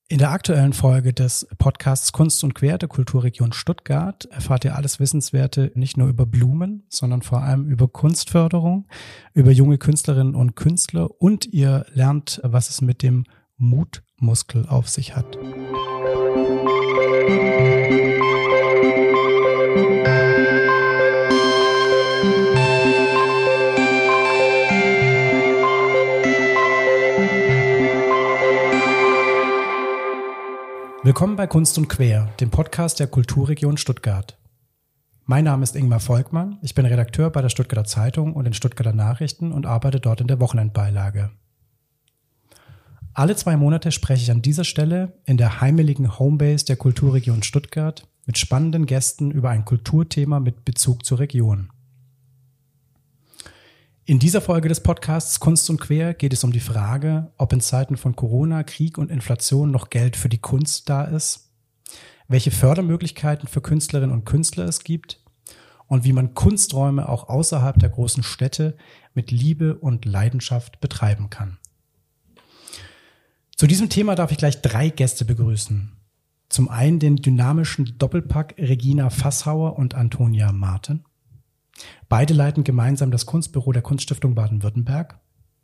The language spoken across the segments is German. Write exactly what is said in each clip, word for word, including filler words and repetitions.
In der aktuellen Folge des Podcasts Kunst und Quer der Kulturregion Stuttgart erfahrt ihr alles Wissenswerte nicht nur über Blumen, sondern vor allem über Kunstförderung, über junge Künstlerinnen und Künstler und ihr lernt, was es mit dem Mutmuskel auf sich hat. Willkommen bei Kunst und Quer, dem Podcast der Kulturregion Stuttgart. Mein Name ist Ingmar Volkmann, ich bin Redakteur bei der Stuttgarter Zeitung und den Stuttgarter Nachrichten und arbeite dort in der Wochenendbeilage. Alle zwei Monate spreche ich an dieser Stelle in der heimeligen Homebase der Kulturregion Stuttgart mit spannenden Gästen über ein Kulturthema mit Bezug zur Region. In dieser Folge des Podcasts Kunst und Quer geht es um die Frage, ob in Zeiten von Corona, Krieg und Inflation noch Geld für die Kunst da ist, welche Fördermöglichkeiten für Künstlerinnen und Künstler es gibt und wie man Kunsträume auch außerhalb der großen Städte mit Liebe und Leidenschaft betreiben kann. Zu diesem Thema darf ich gleich drei Gäste begrüßen. Zum einen den dynamischen Doppelpack Regina Fassauer und Antonia Marten. Beide leiten gemeinsam das Kunstbüro der Kunststiftung Baden-Württemberg.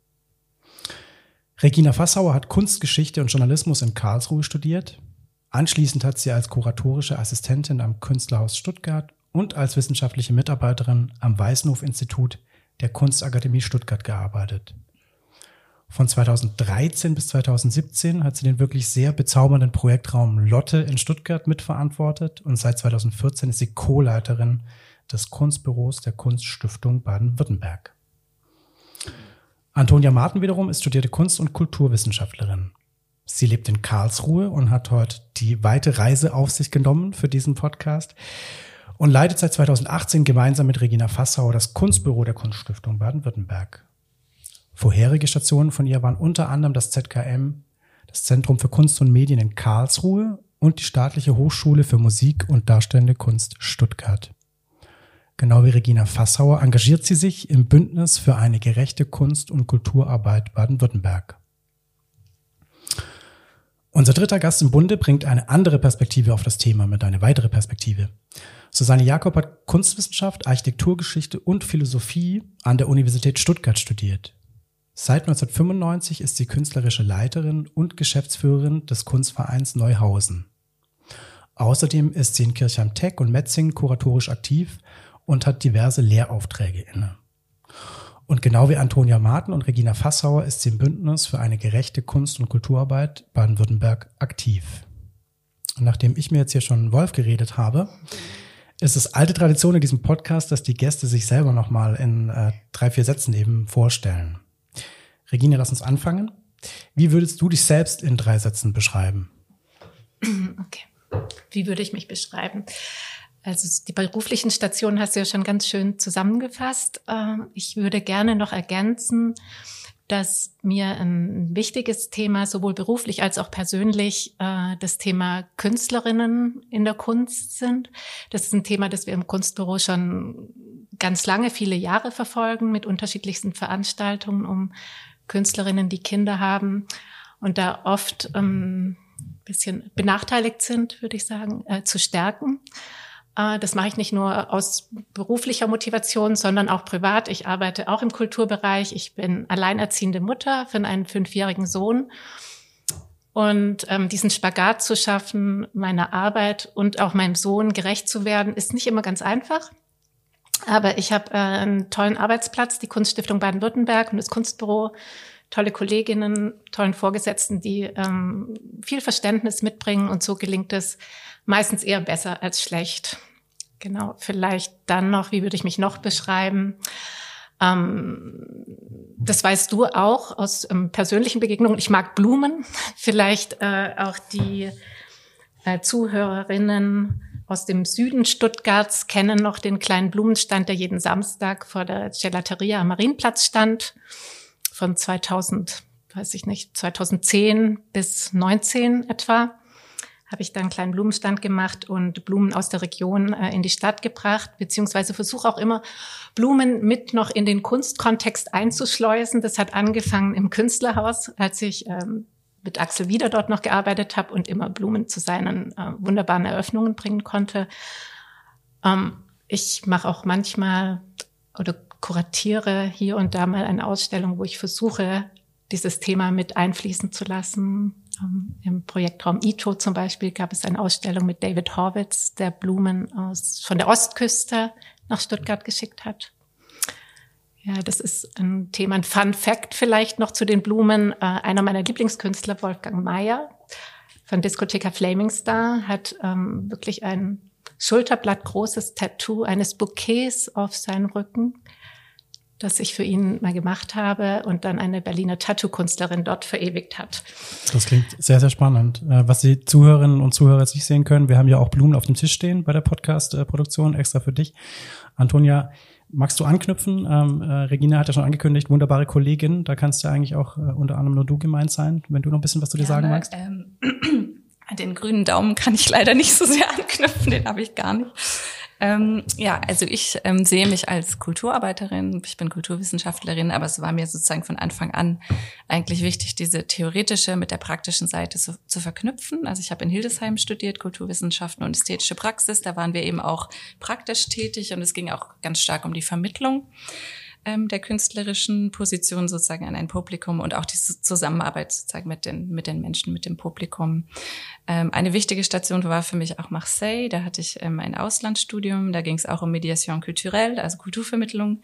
Regina Fassauer hat Kunstgeschichte und Journalismus in Karlsruhe studiert. Anschließend hat sie als kuratorische Assistentin am Künstlerhaus Stuttgart und als wissenschaftliche Mitarbeiterin am Weißenhof-Institut der Kunstakademie Stuttgart gearbeitet. Von zweitausenddreizehn bis zweitausendsiebzehn hat sie den wirklich sehr bezaubernden Projektraum Lotte in Stuttgart mitverantwortet und seit zweitausendvierzehn ist sie Co-Leiterin des Kunstbüros der Kunststiftung Baden-Württemberg. Antonia Marten wiederum ist studierte Kunst- und Kulturwissenschaftlerin. Sie lebt in Karlsruhe und hat heute die weite Reise auf sich genommen für diesen Podcast und leitet seit zweitausendachtzehn gemeinsam mit Regina Fassauer das Kunstbüro der Kunststiftung Baden-Württemberg. Vorherige Stationen von ihr waren unter anderem das Z K M, das Zentrum für Kunst und Medien in Karlsruhe und die Staatliche Hochschule für Musik und Darstellende Kunst Stuttgart. Genau wie Regina Fassauer engagiert sie sich im Bündnis für eine gerechte Kunst- und Kulturarbeit Baden-Württemberg. Unser dritter Gast im Bunde bringt eine andere Perspektive auf das Thema mit, eine weitere Perspektive. Susanne Jakob hat Kunstwissenschaft, Architekturgeschichte und Philosophie an der Universität Stuttgart studiert. Seit neunzehnhundertfünfundneunzig ist sie künstlerische Leiterin und Geschäftsführerin des Kunstvereins Neuhausen. Außerdem ist sie in Kirchheim-Teck und Metzingen kuratorisch aktiv und hat diverse Lehraufträge inne. Und genau wie Antonia Marten und Regina Fassauer ist sie im Bündnis für eine gerechte Kunst- und Kulturarbeit Baden-Württemberg aktiv. Und nachdem ich mir jetzt hier schon Wolf geredet habe, ist es alte Tradition in diesem Podcast, dass die Gäste sich selber nochmal in äh, drei, vier Sätzen eben vorstellen. Regina, lass uns anfangen. Wie würdest du dich selbst in drei Sätzen beschreiben? Okay. Wie würde ich mich beschreiben? Also die beruflichen Stationen hast du ja schon ganz schön zusammengefasst. Ich würde gerne noch ergänzen, dass mir ein wichtiges Thema sowohl beruflich als auch persönlich das Thema Künstlerinnen in der Kunst sind. Das ist ein Thema, das wir im Kunstbüro schon ganz lange, viele Jahre verfolgen mit unterschiedlichsten Veranstaltungen, um Künstlerinnen, die Kinder haben und da oft ein bisschen benachteiligt sind, würde ich sagen, zu stärken. Das mache ich nicht nur aus beruflicher Motivation, sondern auch privat. Ich arbeite auch im Kulturbereich. Ich bin alleinerziehende Mutter für einen fünfjährigen Sohn. Und ähm, diesen Spagat zu schaffen, meiner Arbeit und auch meinem Sohn gerecht zu werden, ist nicht immer ganz einfach. Aber ich habe äh, einen tollen Arbeitsplatz, die Kunststiftung Baden-Württemberg und das Kunstbüro, tolle Kolleginnen, tollen Vorgesetzten, die ähm, viel Verständnis mitbringen. Und so gelingt es meistens eher besser als schlecht. Genau, vielleicht dann noch, wie würde ich mich noch beschreiben? Ähm, das weißt du auch aus ähm, persönlichen Begegnungen. Ich mag Blumen. Vielleicht äh, auch die äh, Zuhörerinnen aus dem Süden Stuttgarts kennen noch den kleinen Blumenstand, der jeden Samstag vor der Gelateria am Marienplatz stand. Von zweitausend, weiß ich nicht, zweitausendzehn bis neunzehn etwa. Habe ich da einen kleinen Blumenstand gemacht und Blumen aus der Region äh, in die Stadt gebracht, beziehungsweise versuche auch immer, Blumen mit noch in den Kunstkontext einzuschleusen. Das hat angefangen im Künstlerhaus, als ich ähm, mit Axel Wieder dort noch gearbeitet habe und immer Blumen zu seinen äh, wunderbaren Eröffnungen bringen konnte. Ähm, ich mache auch manchmal oder kuratiere hier und da mal eine Ausstellung, wo ich versuche, dieses Thema mit einfließen zu lassen. Ähm, Im Projektraum Ito zum Beispiel gab es eine Ausstellung mit David Horwitz, der Blumen aus, von der Ostküste nach Stuttgart geschickt hat. Ja, das ist ein Thema, ein Fun Fact vielleicht noch zu den Blumen. Äh, einer meiner Lieblingskünstler, Wolfgang Mayer von Discotheca Flaming Star, hat ähm, wirklich ein schulterblattgroßes Tattoo eines Bouquets auf seinem Rücken, das ich für ihn mal gemacht habe und dann eine Berliner Tattoo-Künstlerin dort verewigt hat. Das klingt sehr, sehr spannend. Was die Zuhörerinnen und Zuhörer jetzt nicht sehen können, wir haben ja auch Blumen auf dem Tisch stehen bei der Podcast-Produktion, extra für dich. Antonia, magst du anknüpfen? Ähm, äh, Regina hat ja schon angekündigt, wunderbare Kollegin, da kannst ja eigentlich auch äh, unter anderem nur du gemeint sein, wenn du noch ein bisschen was zu dir Gerne, sagen magst. Ähm, den grünen Daumen kann ich leider nicht so sehr anknüpfen, den habe ich gar nicht. Ähm, ja, also ich ähm, sehe mich als Kulturarbeiterin, ich bin Kulturwissenschaftlerin, aber es war mir sozusagen von Anfang an eigentlich wichtig, diese theoretische mit der praktischen Seite zu, zu verknüpfen. Also ich habe in Hildesheim studiert, Kulturwissenschaften und ästhetische Praxis, da waren wir eben auch praktisch tätig und es ging auch ganz stark um die Vermittlung ähm, der künstlerischen Position sozusagen an ein Publikum und auch diese Zusammenarbeit sozusagen mit den mit den Menschen, mit dem Publikum. Ähm, eine wichtige Station war für mich auch Marseille. Da hatte ich ähm, ein Auslandsstudium. Da ging es auch um Mediation culturelle, also Kulturvermittlung.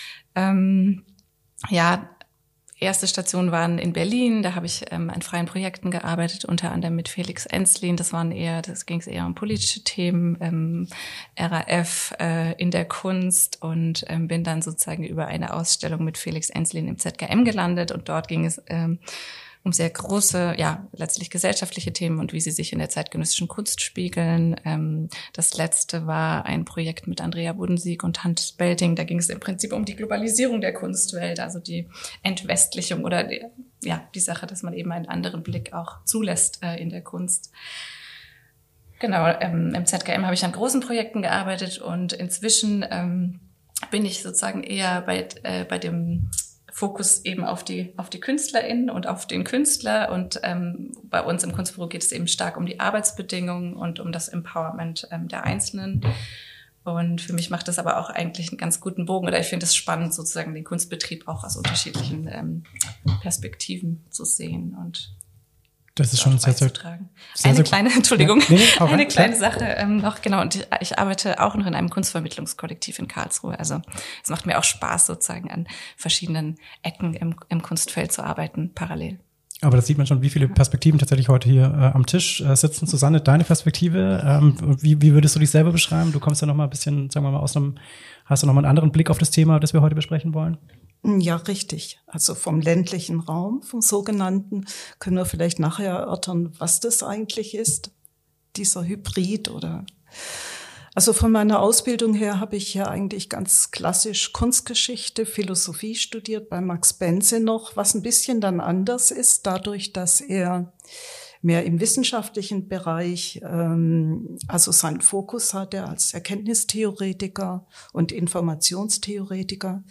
Ähm, ja, erste Stationen waren in Berlin. Da habe ich ähm, an freien Projekten gearbeitet, unter anderem mit Felix Enslin. Das waren eher, das ging es eher um politische Themen, ähm, R A F äh, in der Kunst und ähm, bin dann sozusagen über eine Ausstellung mit Felix Enslin im Z K M gelandet und dort ging es ähm, um sehr große, ja, letztlich gesellschaftliche Themen und wie sie sich in der zeitgenössischen Kunst spiegeln. Ähm, das letzte war ein Projekt mit Andrea Budensiek und Hans Belting. Da ging es im Prinzip um die Globalisierung der Kunstwelt, also die Entwestlichung oder die, ja, die Sache, dass man eben einen anderen Blick auch zulässt äh, in der Kunst. Genau, ähm, im Z K M habe ich an großen Projekten gearbeitet und inzwischen ähm, bin ich sozusagen eher bei, äh, bei dem Fokus eben auf die auf die KünstlerInnen und auf den Künstler und ähm, bei uns im Kunstbüro geht es eben stark um die Arbeitsbedingungen und um das Empowerment ähm, der Einzelnen. Und für mich macht das aber auch eigentlich einen ganz guten Bogen oder ich finde es spannend, sozusagen den Kunstbetrieb auch aus unterschiedlichen ähm, Perspektiven zu sehen und das ist schon sehr, sehr, sehr, eine sehr kleine, Entschuldigung, ja, nee, nee, eine rein, kleine klar. Sache ähm, noch, genau. Und ich, ich arbeite auch noch in einem Kunstvermittlungskollektiv in Karlsruhe. Also es macht mir auch Spaß, sozusagen an verschiedenen Ecken im, im Kunstfeld zu arbeiten, parallel. Aber das sieht man schon, wie viele Perspektiven tatsächlich heute hier äh, am Tisch äh, sitzen. Susanne, deine Perspektive, ähm, wie, wie würdest du dich selber beschreiben? Du kommst ja noch mal ein bisschen, sagen wir mal, aus einem, hast du noch mal einen anderen Blick auf das Thema, das wir heute besprechen wollen? Ja, richtig. Also vom ländlichen Raum, vom sogenannten, können wir vielleicht nachher erörtern, was das eigentlich ist, dieser Hybrid oder. Also von meiner Ausbildung her habe ich ja eigentlich ganz klassisch Kunstgeschichte, Philosophie studiert, bei Max Bense noch, was ein bisschen dann anders ist, dadurch, dass er mehr im wissenschaftlichen Bereich, ähm, also seinen Fokus hatte als Erkenntnistheoretiker und Informationstheoretiker.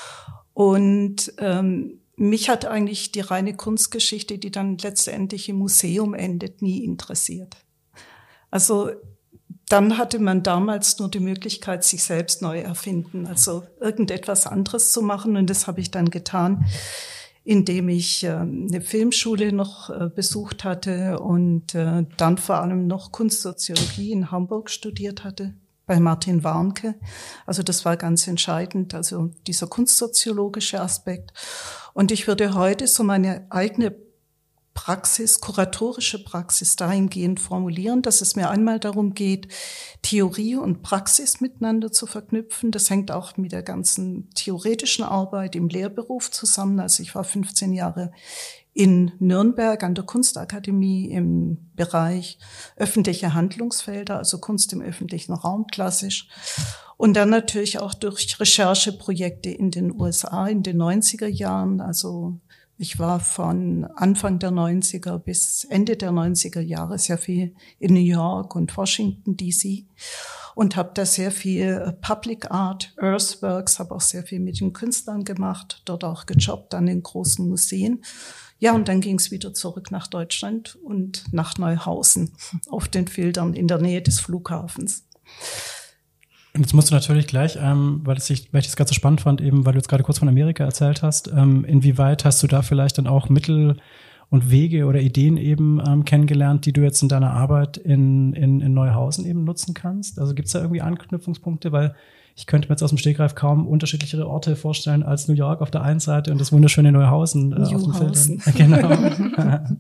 Und ähm, mich hat eigentlich die reine Kunstgeschichte, die dann letztendlich im Museum endet, nie interessiert. Also dann hatte man damals nur die Möglichkeit, sich selbst neu erfinden, also irgendetwas anderes zu machen. Und das habe ich dann getan, indem ich äh, eine Filmschule noch äh, besucht hatte und äh, dann vor allem noch Kunstsoziologie in Hamburg studiert hatte, bei Martin Warnke. Also das war ganz entscheidend, also dieser kunstsoziologische Aspekt. Und ich würde heute so meine eigene Praxis, kuratorische Praxis dahingehend formulieren, dass es mir einmal darum geht, Theorie und Praxis miteinander zu verknüpfen. Das hängt auch mit der ganzen theoretischen Arbeit im Lehrberuf zusammen. Also ich war fünfzehn Jahre in Nürnberg an der Kunstakademie im Bereich öffentliche Handlungsfelder, also Kunst im öffentlichen Raum klassisch. Und dann natürlich auch durch Rechercheprojekte in den U S A in den neunziger Jahren, also Ich war von Anfang der neunziger bis Ende der neunziger Jahre sehr viel in New York und Washington D C und habe da sehr viel Public Art, Earthworks, habe auch sehr viel mit den Künstlern gemacht, dort auch gejobbt an den großen Museen. Ja, und dann ging es wieder zurück nach Deutschland und nach Neuhausen auf den Feldern in der Nähe des Flughafens. Und jetzt musst du natürlich gleich, ähm, weil, es sich, weil ich das ganz so spannend fand, eben weil du jetzt gerade kurz von Amerika erzählt hast, ähm, inwieweit hast du da vielleicht dann auch Mittel und Wege oder Ideen eben ähm, kennengelernt, die du jetzt in deiner Arbeit in, in, in Neuhausen eben nutzen kannst? Also gibt es da irgendwie Anknüpfungspunkte? Weil ich könnte mir jetzt aus dem Stegreif kaum unterschiedlichere Orte vorstellen als New York auf der einen Seite und das wunderschöne Neuhausen äh, auf den Feldern. Genau.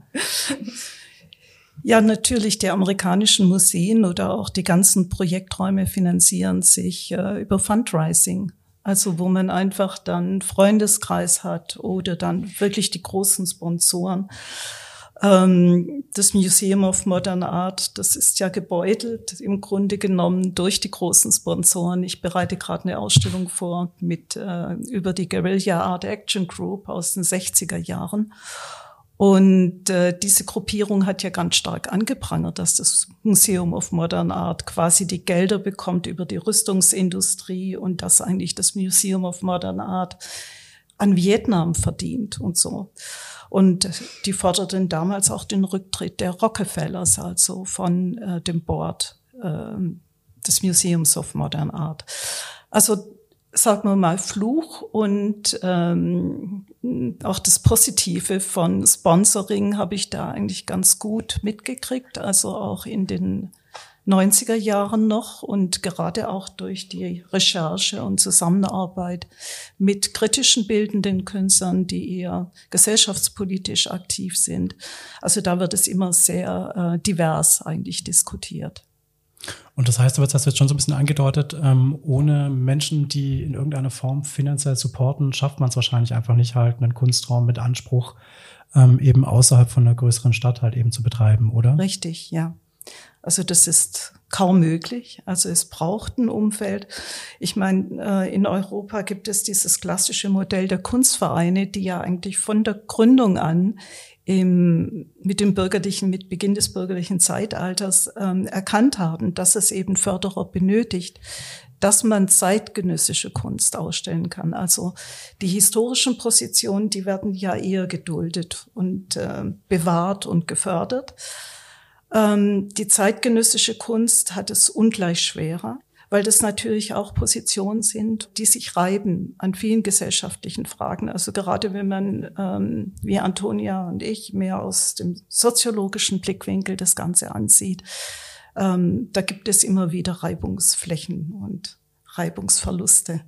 Ja, natürlich, die amerikanischen Museen oder auch die ganzen Projekträume finanzieren sich äh, über Fundraising. Also wo man einfach dann Freundeskreis hat oder dann wirklich die großen Sponsoren. Ähm, das Museum of Modern Art, das ist ja gebeutelt im Grunde genommen durch die großen Sponsoren. Ich bereite gerade eine Ausstellung vor mit äh, über die Guerilla Art Action Group aus den sechziger Jahren. Und äh, diese Gruppierung hat ja ganz stark angeprangert, dass das Museum of Modern Art quasi die Gelder bekommt über die Rüstungsindustrie und dass eigentlich das Museum of Modern Art an Vietnam verdient und so. Und die forderten damals auch den Rücktritt der Rockefellers, also von äh, dem Board äh, des Museums of Modern Art. Also sagen wir mal, Fluch und ähm, auch das Positive von Sponsoring habe ich da eigentlich ganz gut mitgekriegt, also auch in den neunziger Jahren noch und gerade auch durch die Recherche und Zusammenarbeit mit kritischen bildenden Künstlern, die eher gesellschaftspolitisch aktiv sind. Also da wird es immer sehr äh, divers eigentlich diskutiert. Und das heißt, aber jetzt hast du jetzt schon so ein bisschen angedeutet, ähm, ohne Menschen, die in irgendeiner Form finanziell supporten, schafft man es wahrscheinlich einfach nicht halt, einen Kunstraum mit Anspruch ähm, eben außerhalb von einer größeren Stadt halt eben zu betreiben, oder? Richtig, ja. Also das ist kaum möglich. Also es braucht ein Umfeld. Ich meine, in Europa gibt es dieses klassische Modell der Kunstvereine, die ja eigentlich von der Gründung an im, mit dem bürgerlichen, mit Beginn des bürgerlichen Zeitalters ähm, erkannt haben, dass es eben Förderer benötigt, dass man zeitgenössische Kunst ausstellen kann. Also die historischen Positionen, die werden ja eher geduldet und äh, bewahrt und gefördert. Ähm, die zeitgenössische Kunst hat es ungleich schwerer, weil das natürlich auch Positionen sind, die sich reiben an vielen gesellschaftlichen Fragen. Also gerade wenn man, ähm, wie Antonia und ich, mehr aus dem soziologischen Blickwinkel das Ganze ansieht, ähm, da gibt es immer wieder Reibungsflächen und Reibungsverluste.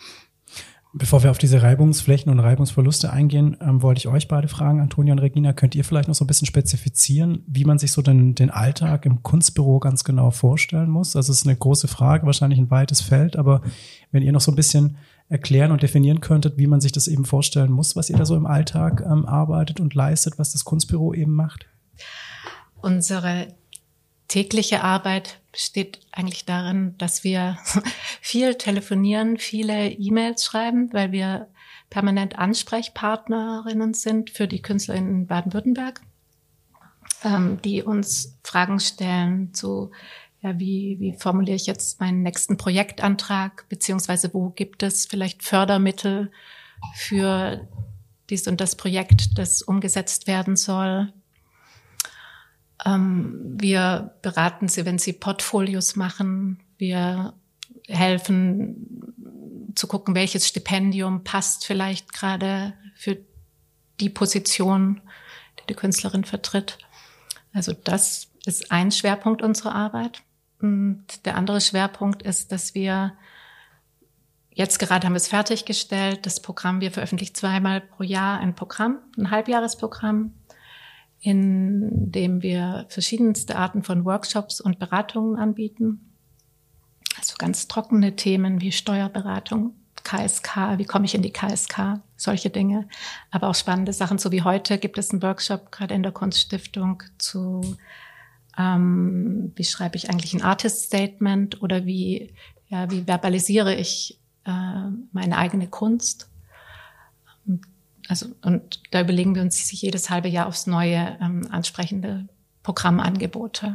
Bevor wir auf diese Reibungsflächen und Reibungsverluste eingehen, ähm, wollte ich euch beide fragen, Antonia und Regina, könnt ihr vielleicht noch so ein bisschen spezifizieren, wie man sich so den, den Alltag im Kunstbüro ganz genau vorstellen muss? Also es ist eine große Frage, wahrscheinlich ein weites Feld, aber wenn ihr noch so ein bisschen erklären und definieren könntet, wie man sich das eben vorstellen muss, was ihr da so im Alltag ähm, arbeitet und leistet, was das Kunstbüro eben macht? Unsere tägliche Arbeit besteht eigentlich darin, dass wir viel telefonieren, viele E-Mails schreiben, weil wir permanent Ansprechpartnerinnen sind für die KünstlerInnen in Baden-Württemberg, ähm, die uns Fragen stellen zu, ja, wie, wie formuliere ich jetzt meinen nächsten Projektantrag, beziehungsweise wo gibt es vielleicht Fördermittel für dies und das Projekt, das umgesetzt werden soll. Wir beraten sie, wenn sie Portfolios machen. Wir helfen zu gucken, welches Stipendium passt vielleicht gerade für die Position, die die Künstlerin vertritt. Also das ist ein Schwerpunkt unserer Arbeit. Und der andere Schwerpunkt ist, dass wir jetzt gerade haben wir es fertiggestellt, das Programm, wir veröffentlichen zweimal pro Jahr ein Programm, ein Halbjahresprogramm, in dem wir verschiedenste Arten von Workshops und Beratungen anbieten. Also ganz trockene Themen wie Steuerberatung, K S K, wie komme ich in die K S K, solche Dinge. Aber auch spannende Sachen, so wie heute gibt es einen Workshop, gerade in der Kunststiftung, zu ähm, wie schreibe ich eigentlich ein Artist Statement oder wie, ja, wie verbalisiere ich äh, meine eigene Kunst. Also, und da überlegen wir uns jedes halbe Jahr aufs neue ähm, ansprechende Programmangebote.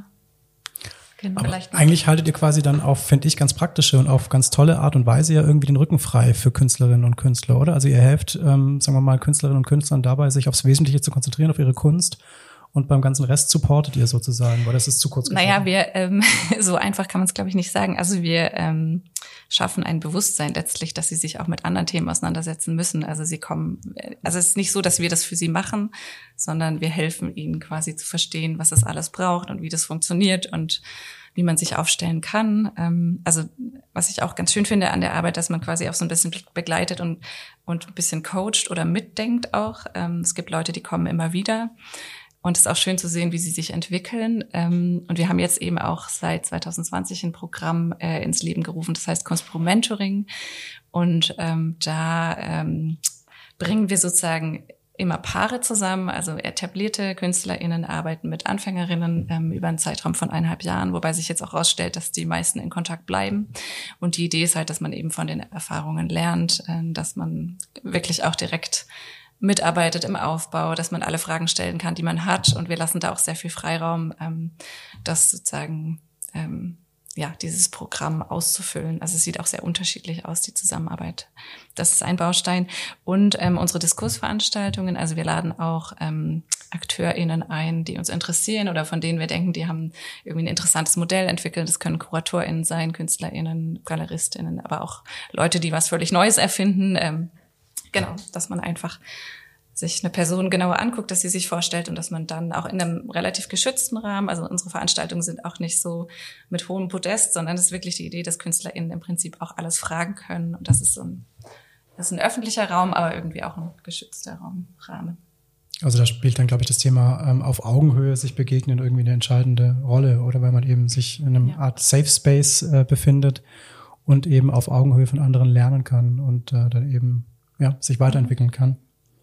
Genau. Aber eigentlich haltet ihr quasi dann auf, finde ich, ganz praktische und auf ganz tolle Art und Weise ja irgendwie den Rücken frei für Künstlerinnen und Künstler, oder? Also ihr helft, ähm, sagen wir mal, Künstlerinnen und Künstlern dabei, sich aufs Wesentliche zu konzentrieren, auf ihre Kunst. Und beim ganzen Rest supportet ihr sozusagen, weil das ist zu kurz gesprochen. Naja, wir, ähm, so einfach kann man es, glaube ich, nicht sagen. Also wir ähm, schaffen ein Bewusstsein letztlich, dass sie sich auch mit anderen Themen auseinandersetzen müssen. Also sie kommen, also es ist nicht so, dass wir das für sie machen, sondern wir helfen ihnen quasi zu verstehen, was es alles braucht und wie das funktioniert und wie man sich aufstellen kann. Ähm, also was ich auch ganz schön finde an der Arbeit, dass man quasi auch so ein bisschen begleitet und und ein bisschen coacht oder mitdenkt auch. Ähm, es gibt Leute, die kommen immer wieder. Und es ist auch schön zu sehen, wie sie sich entwickeln. Und wir haben jetzt eben auch seit zwanzig zwanzig ein Programm äh, ins Leben gerufen, das heißt Kunstpro Mentoring. Und ähm, da ähm, bringen wir sozusagen immer Paare zusammen, also etablierte KünstlerInnen arbeiten mit AnfängerInnen ähm, über einen Zeitraum von eineinhalb Jahren, wobei sich jetzt auch rausstellt, dass die meisten in Kontakt bleiben. Und die Idee ist halt, dass man eben von den Erfahrungen lernt, äh, dass man wirklich auch direkt mitarbeitet im Aufbau, dass man alle Fragen stellen kann, die man hat. Und wir lassen da auch sehr viel Freiraum, ähm, das sozusagen, ähm, ja, dieses Programm auszufüllen. Also es sieht auch sehr unterschiedlich aus, die Zusammenarbeit. Das ist ein Baustein. Und ähm, unsere Diskursveranstaltungen, also wir laden auch ähm, AkteurInnen ein, die uns interessieren oder von denen wir denken, die haben irgendwie ein interessantes Modell entwickelt. Das können KuratorInnen sein, KünstlerInnen, GaleristInnen, aber auch Leute, die was völlig Neues erfinden. Ähm, Genau, dass man einfach sich eine Person genauer anguckt, dass sie sich vorstellt und dass man dann auch in einem relativ geschützten Rahmen, also unsere Veranstaltungen sind auch nicht so mit hohem Podest, sondern es ist wirklich die Idee, dass KünstlerInnen im Prinzip auch alles fragen können. Und das ist so ein, das ist ein öffentlicher Raum, aber irgendwie auch ein geschützter Raum, Rahmen. Also da spielt dann, glaube ich, das Thema ähm, auf Augenhöhe sich begegnen irgendwie eine entscheidende Rolle, oder weil man eben sich in einem ja. Art Safe Space äh, befindet und eben auf Augenhöhe von anderen lernen kann und äh, dann eben ja, sich weiterentwickeln kann.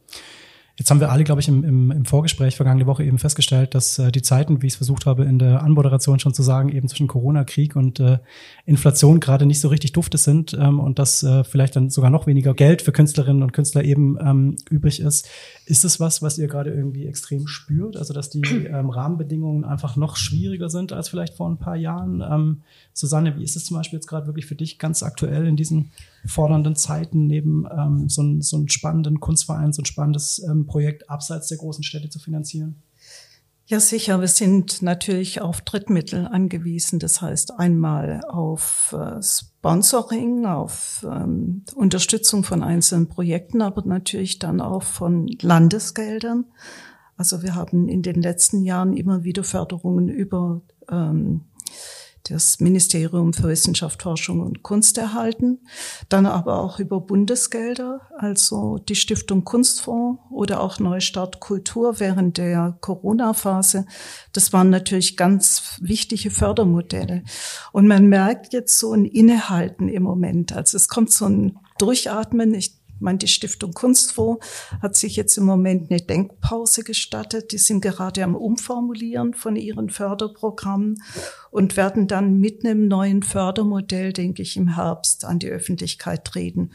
Jetzt haben wir alle, glaube ich, im, im, im Vorgespräch vergangene Woche eben festgestellt, dass äh, die Zeiten, wie ich es versucht habe, in der Anmoderation schon zu sagen, eben zwischen Corona, Krieg und äh, Inflation gerade nicht so richtig dufte sind ähm, und dass äh, vielleicht dann sogar noch weniger Geld für Künstlerinnen und Künstler eben ähm, übrig ist. Ist es was, was ihr gerade irgendwie extrem spürt? Also, dass die ähm, Rahmenbedingungen einfach noch schwieriger sind als vielleicht vor ein paar Jahren? Ähm, Susanne, wie ist es zum Beispiel jetzt gerade wirklich für dich ganz aktuell in diesen fordernden Zeiten, neben ähm, so, ein, so einen spannenden Kunstverein, so ein spannendes ähm, Projekt abseits der großen Städte zu finanzieren? Ja, sicher. Wir sind natürlich auf Drittmittel angewiesen. Das heißt einmal auf äh, Sponsoring, auf ähm, Unterstützung von einzelnen Projekten, aber natürlich dann auch von Landesgeldern. Also wir haben in den letzten Jahren immer wieder Förderungen über ähm, das Ministerium für Wissenschaft, Forschung und Kunst erhalten, dann aber auch über Bundesgelder, also die Stiftung Kunstfonds oder auch Neustart Kultur während der Corona-Phase. Das waren natürlich ganz wichtige Fördermodelle. Und man merkt jetzt so ein Innehalten im Moment. Also es kommt so ein Durchatmen. Ich Ich meine, die Stiftung Kunstfonds hat sich jetzt im Moment eine Denkpause gestattet. Die sind gerade am Umformulieren von ihren Förderprogrammen und werden dann mit einem neuen Fördermodell, denke ich, im Herbst an die Öffentlichkeit treten.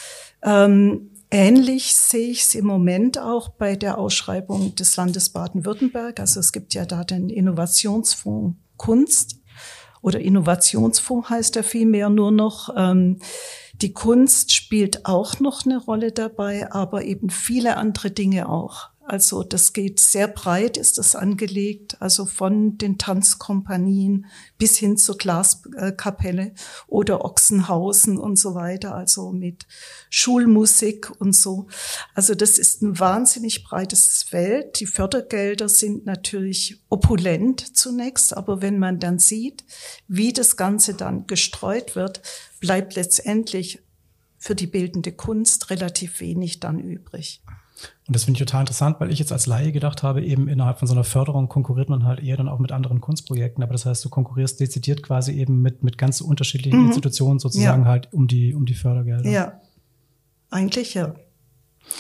Ähm, ähnlich sehe ich es im Moment auch bei der Ausschreibung des Landes Baden-Württemberg. Also es gibt ja da den Innovationsfonds Kunst oder Innovationsfonds heißt er vielmehr nur noch. Ähm, Die Kunst spielt auch noch eine Rolle dabei, aber eben viele andere Dinge auch. Also das geht sehr breit, ist das angelegt, also von den Tanzkompanien bis hin zur Glaskapelle oder Ochsenhausen und so weiter, also mit Schulmusik und so. Also das ist ein wahnsinnig breites Feld. Die Fördergelder sind natürlich opulent zunächst, aber wenn man dann sieht, wie das Ganze dann gestreut wird, bleibt letztendlich für die bildende Kunst relativ wenig dann übrig. Und das finde ich total interessant, weil ich jetzt als Laie gedacht habe, eben innerhalb von so einer Förderung konkurriert man halt eher dann auch mit anderen Kunstprojekten. Aber das heißt, du konkurrierst dezidiert quasi eben mit, mit ganz unterschiedlichen mhm. Institutionen sozusagen ja. halt um die, um die Fördergelder. Ja, eigentlich ja.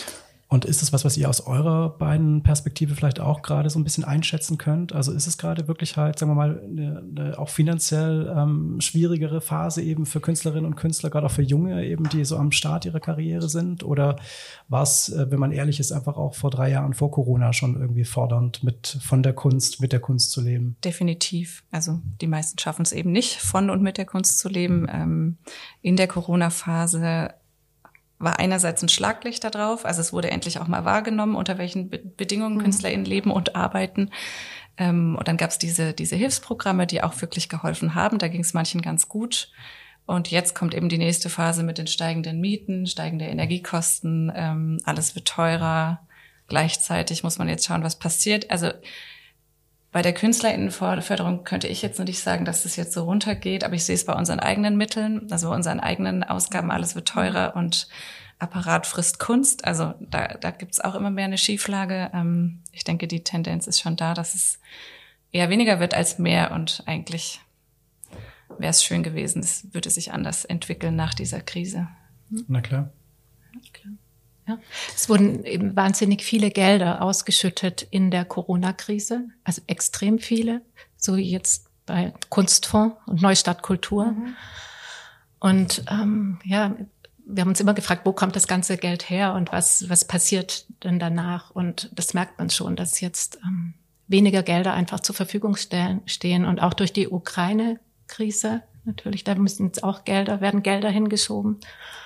Und ist das was, was ihr aus eurer beiden Perspektive vielleicht auch gerade so ein bisschen einschätzen könnt? Also ist es gerade wirklich halt, sagen wir mal, eine, eine auch finanziell ähm, schwierigere Phase eben für Künstlerinnen und Künstler, gerade auch für Junge eben, die so am Start ihrer Karriere sind? Oder war es, äh, wenn man ehrlich ist, einfach auch vor drei Jahren vor Corona schon irgendwie fordernd, mit von der Kunst, mit der Kunst zu leben? Definitiv. Also die meisten schaffen es eben nicht, von und mit der Kunst zu leben. Ähm, in der Corona-Phase war einerseits ein Schlaglicht da drauf, also es wurde endlich auch mal wahrgenommen, unter welchen Be- Bedingungen mhm. KünstlerInnen leben und arbeiten. Ähm, und dann gab es diese diese Hilfsprogramme, die auch wirklich geholfen haben. Da ging es manchen ganz gut. Und jetzt kommt eben die nächste Phase mit den steigenden Mieten, steigende Energiekosten. Ähm, alles wird teurer. Gleichzeitig muss man jetzt schauen, was passiert. Also bei der KünstlerInnenförderung könnte ich jetzt nicht sagen, dass das jetzt so runtergeht, aber ich sehe es bei unseren eigenen Mitteln, also bei unseren eigenen Ausgaben, alles wird teurer und Apparat frisst Kunst. Also da, da gibt's auch immer mehr eine Schieflage. Ähm, ich denke, die Tendenz ist schon da, dass es eher weniger wird als mehr und eigentlich wäre es schön gewesen, es würde sich anders entwickeln nach dieser Krise. Na klar. Ja, klar. Ja. Es wurden eben wahnsinnig viele Gelder ausgeschüttet in der Corona-Krise, also extrem viele, so wie jetzt bei Kunstfonds und Neustadt Kultur. Mhm. Und ähm, ja, wir haben uns immer gefragt, wo kommt das ganze Geld her und was was passiert denn danach? Und das merkt man schon, dass jetzt ähm, weniger Gelder einfach zur Verfügung stellen, stehen und auch durch die Ukraine-Krise natürlich, da müssen jetzt auch Gelder, werden Gelder hingeschoben.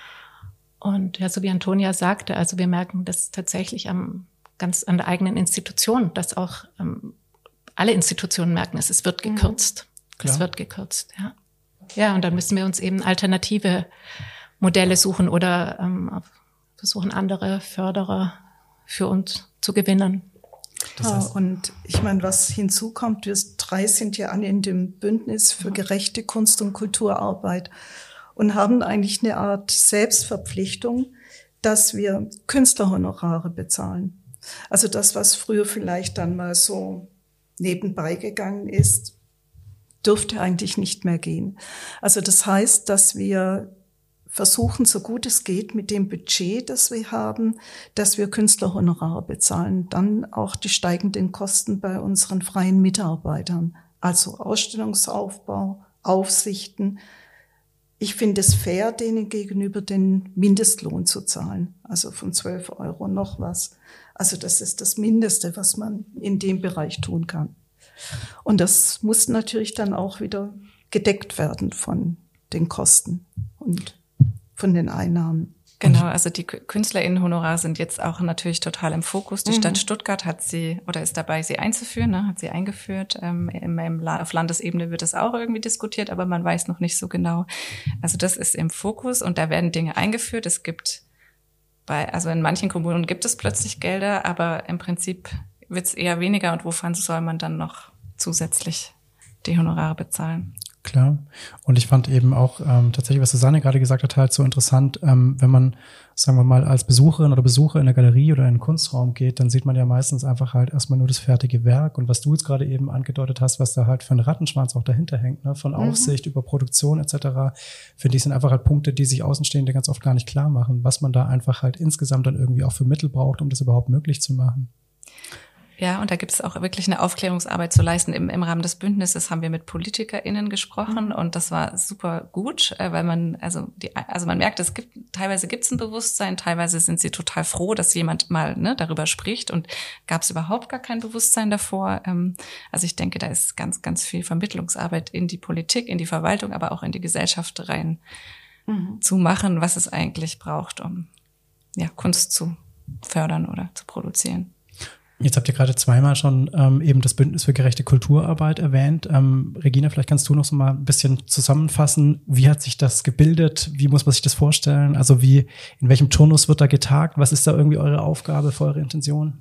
Und ja, so wie Antonia sagte, also wir merken das tatsächlich am ganz an der eigenen Institution, dass auch ähm, alle Institutionen merken, es, es wird gekürzt. Mhm. Es wird gekürzt, ja. Ja, und dann müssen wir uns eben alternative Modelle suchen oder ähm, versuchen, andere Förderer für uns zu gewinnen. Das heißt, ja, und ich meine, was hinzukommt, wir drei sind ja alle in dem Bündnis für gerechte Kunst- und Kulturarbeit und haben eigentlich eine Art Selbstverpflichtung, dass wir Künstlerhonorare bezahlen. Also das, was früher vielleicht dann mal so nebenbei gegangen ist, dürfte eigentlich nicht mehr gehen. Also das heißt, dass wir versuchen, so gut es geht, mit dem Budget, das wir haben, dass wir Künstlerhonorare bezahlen. Dann auch die steigenden Kosten bei unseren freien Mitarbeitern, also Ausstellungsaufbau, Aufsichten. Ich finde es fair, denen gegenüber den Mindestlohn zu zahlen, also von zwölf Euro noch was. Also das ist das Mindeste, was man in dem Bereich tun kann. Und das muss natürlich dann auch wieder gedeckt werden von den Kosten und von den Einnahmen. Genau, also die KünstlerInnen-Honorare sind jetzt auch natürlich total im Fokus. Die mhm. Stadt Stuttgart hat sie oder ist dabei, sie einzuführen, ne, hat sie eingeführt. Ähm, im, im, auf Landesebene wird das auch irgendwie diskutiert, aber man weiß noch nicht so genau. Also das ist im Fokus und da werden Dinge eingeführt. Es gibt bei, also in manchen Kommunen gibt es plötzlich Gelder, aber im Prinzip wird es eher weniger und wovon soll man dann noch zusätzlich die Honorare bezahlen? Klar. Und ich fand eben auch ähm, tatsächlich, was Susanne gerade gesagt hat, halt so interessant, ähm, wenn man, sagen wir mal, als Besucherin oder Besucher in eine Galerie oder in einen Kunstraum geht, dann sieht man ja meistens einfach halt erstmal nur das fertige Werk. Und was du jetzt gerade eben angedeutet hast, was da halt für ein Rattenschwanz auch dahinter hängt, ne, von Aufsicht mhm. über Produktion et cetera, finde ich, sind einfach halt Punkte, die sich Außenstehende ganz oft gar nicht klar machen, was man da einfach halt insgesamt dann irgendwie auch für Mittel braucht, um das überhaupt möglich zu machen. Ja, und da gibt es auch wirklich eine Aufklärungsarbeit zu leisten. Im, im Rahmen des Bündnisses haben wir mit PolitikerInnen gesprochen mhm. und das war super gut, weil man, also die, also man merkt, es gibt, teilweise gibt es ein Bewusstsein, teilweise sind sie total froh, dass jemand mal ne, darüber spricht und gab es überhaupt gar kein Bewusstsein davor. Also ich denke, da ist ganz, ganz viel Vermittlungsarbeit in die Politik, in die Verwaltung, aber auch in die Gesellschaft rein mhm. zu machen, was es eigentlich braucht, um ja, Kunst zu fördern oder zu produzieren. Jetzt habt ihr gerade zweimal schon ähm, eben das Bündnis für gerechte Kulturarbeit erwähnt. Ähm, Regina, vielleicht kannst du noch so mal ein bisschen zusammenfassen. Wie hat sich das gebildet? Wie muss man sich das vorstellen? Also wie, in welchem Turnus wird da getagt? Was ist da irgendwie eure Aufgabe für eure Intention?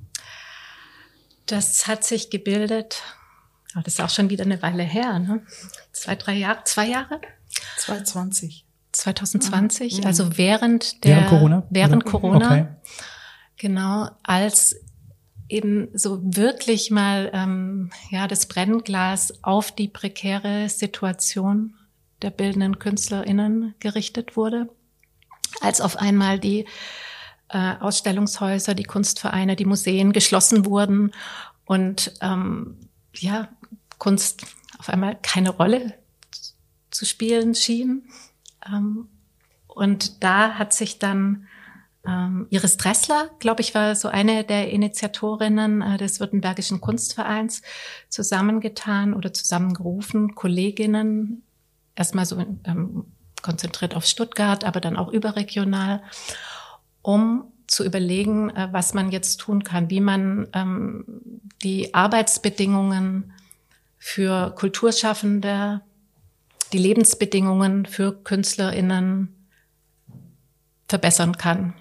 Das hat sich gebildet, oh, das ist auch schon wieder eine Weile her, ne? Zwei, drei Jahre, zwei Jahre? zwanzig zwanzig. zwanzig zwanzig, mhm. also während der... Während Corona? Während oder? Corona. Okay. Genau, als eben so wirklich mal ähm, ja das Brennglas auf die prekäre Situation der bildenden KünstlerInnen gerichtet wurde, als auf einmal die äh, Ausstellungshäuser, die Kunstvereine, die Museen geschlossen wurden und ähm, ja, Kunst auf einmal keine Rolle zu spielen schien. Ähm, und da hat sich dann ähm, Iris Dressler, glaube ich, war so eine der Initiatorinnen äh, des Württembergischen Kunstvereins, zusammengetan oder zusammengerufen, Kolleginnen, erstmal so ähm, konzentriert auf Stuttgart, aber dann auch überregional, um zu überlegen, äh, was man jetzt tun kann, wie man ähm, die Arbeitsbedingungen für Kulturschaffende, die Lebensbedingungen für KünstlerInnen verbessern kann.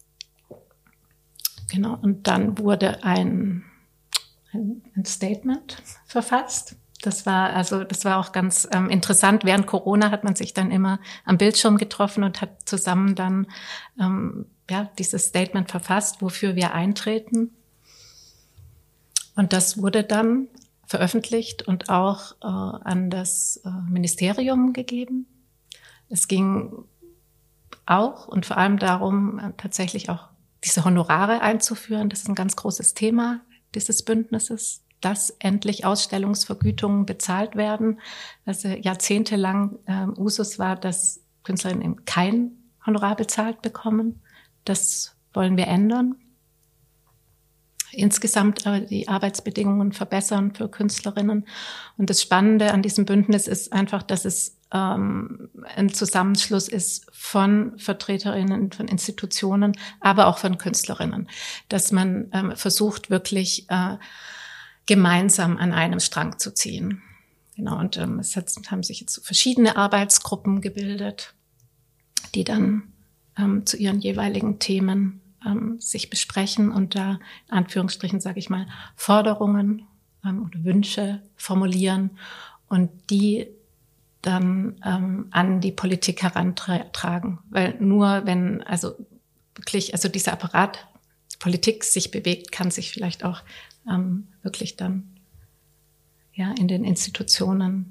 Genau, und dann wurde ein, ein, ein Statement verfasst. Das war also, das war auch ganz ähm, interessant. Während Corona hat man sich dann immer am Bildschirm getroffen und hat zusammen dann ähm, ja dieses Statement verfasst, wofür wir eintreten. Und das wurde dann veröffentlicht und auch äh, an das äh, Ministerium gegeben. Es ging auch und vor allem darum, äh, tatsächlich auch diese Honorare einzuführen. Das ist ein ganz großes Thema dieses Bündnisses, dass endlich Ausstellungsvergütungen bezahlt werden. Also jahrzehntelang äh, Usus war, dass Künstlerinnen eben kein Honorar bezahlt bekommen. Das wollen wir ändern. Insgesamt aber die Arbeitsbedingungen verbessern für Künstlerinnen. Und das Spannende an diesem Bündnis ist einfach, dass es ähm, ein Zusammenschluss ist von Vertreterinnen von Institutionen, aber auch von Künstlerinnen, dass man ähm, versucht, wirklich äh, gemeinsam an einem Strang zu ziehen. Genau, und ähm, es hat, haben sich jetzt so verschiedene Arbeitsgruppen gebildet, die dann ähm, zu ihren jeweiligen Themen ähm, sich besprechen und da in Anführungsstrichen, sage ich mal, Forderungen ähm, oder Wünsche formulieren und die dann ähm, an die Politik herantragen. Weil nur wenn also wirklich, also dieser Apparat Politik sich bewegt, kann sich vielleicht auch ähm, wirklich dann ja in den Institutionen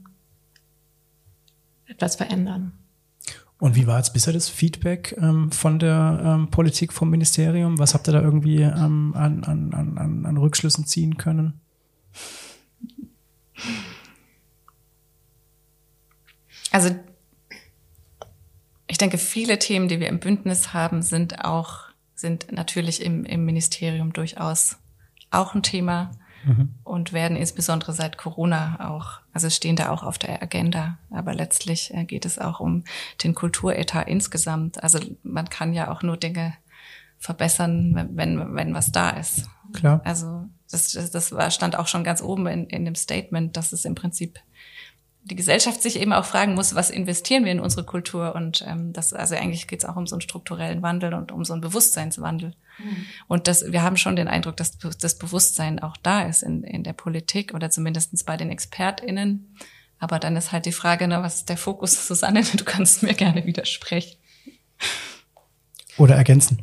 etwas verändern. Und wie war jetzt bisher das Feedback ähm, von der ähm, Politik, vom Ministerium? Was habt ihr da irgendwie ähm, an, an, an, an Rückschlüssen ziehen können? Also ich denke, viele Themen, die wir im Bündnis haben, sind auch sind natürlich im, im Ministerium durchaus auch ein Thema mhm. und werden insbesondere seit Corona auch, also stehen da auch auf der Agenda. Aber letztlich geht es auch um den Kulturetat insgesamt. Also man kann ja auch nur Dinge verbessern, wenn wenn was da ist. Klar. Also das das war, stand auch schon ganz oben in, in dem Statement, dass es im Prinzip die Gesellschaft sich eben auch fragen muss, was investieren wir in unsere Kultur? Und ähm, das, also eigentlich geht es auch um so einen strukturellen Wandel und um so einen Bewusstseinswandel. Mhm. Und das, wir haben schon den Eindruck, dass das Bewusstsein auch da ist in, in der Politik oder zumindestens bei den ExpertInnen. Aber dann ist halt die Frage, ne, was ist der Fokus? Susanne, du kannst mir gerne widersprechen. Oder ergänzen.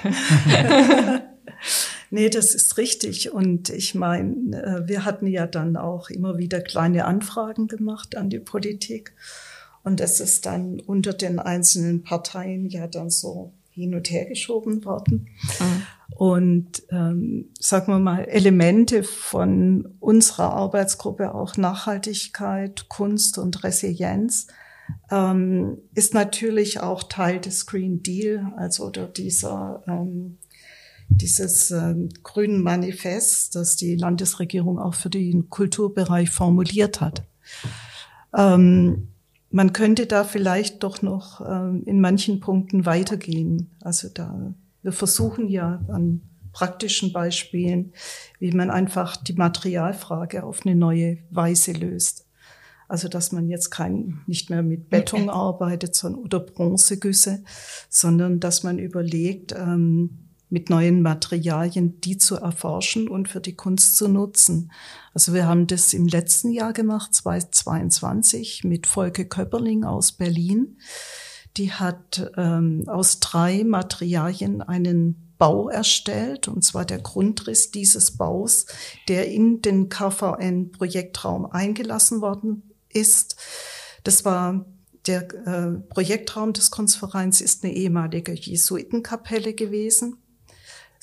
Nee, das ist richtig. Und ich meine, wir hatten ja dann auch immer wieder kleine Anfragen gemacht an die Politik. Und das ist dann unter den einzelnen Parteien ja dann so hin und her geschoben worden. Mhm. Und ähm, sagen wir mal, Elemente von unserer Arbeitsgruppe, auch Nachhaltigkeit, Kunst und Resilienz, ähm, ist natürlich auch Teil des Green Deal, also oder dieser ähm, dieses äh, grünen Manifest, das die Landesregierung auch für den Kulturbereich formuliert hat. Ähm, man könnte da vielleicht doch noch äh, in manchen Punkten weitergehen. Also da, wir versuchen ja an praktischen Beispielen, wie man einfach die Materialfrage auf eine neue Weise löst. Also dass man jetzt kein nicht mehr mit Beton arbeitet, sondern oder Bronzegüsse, sondern dass man überlegt, ähm, mit neuen Materialien, die zu erforschen und für die Kunst zu nutzen. Also wir haben das im letzten Jahr gemacht, zweitausendzweiundzwanzig, mit Volke Köpperling aus Berlin. Die hat ähm, aus drei Materialien einen Bau erstellt, und zwar der Grundriss dieses Baus, der in den K V N-Projektraum eingelassen worden ist. Das war der äh, Projektraum des Kunstvereins ist eine ehemalige Jesuitenkapelle gewesen.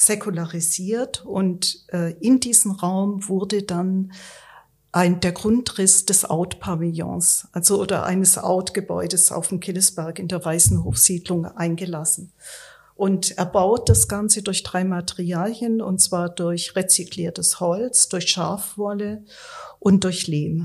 säkularisiert und äh, in diesem Raum wurde dann ein, der Grundriss des Out-Pavillons, also oder eines Out-Gebäudes auf dem Killesberg in der Weißenhofsiedlung eingelassen. Und er baut das Ganze durch drei Materialien, und zwar durch rezykliertes Holz, durch Schafwolle und durch Lehm.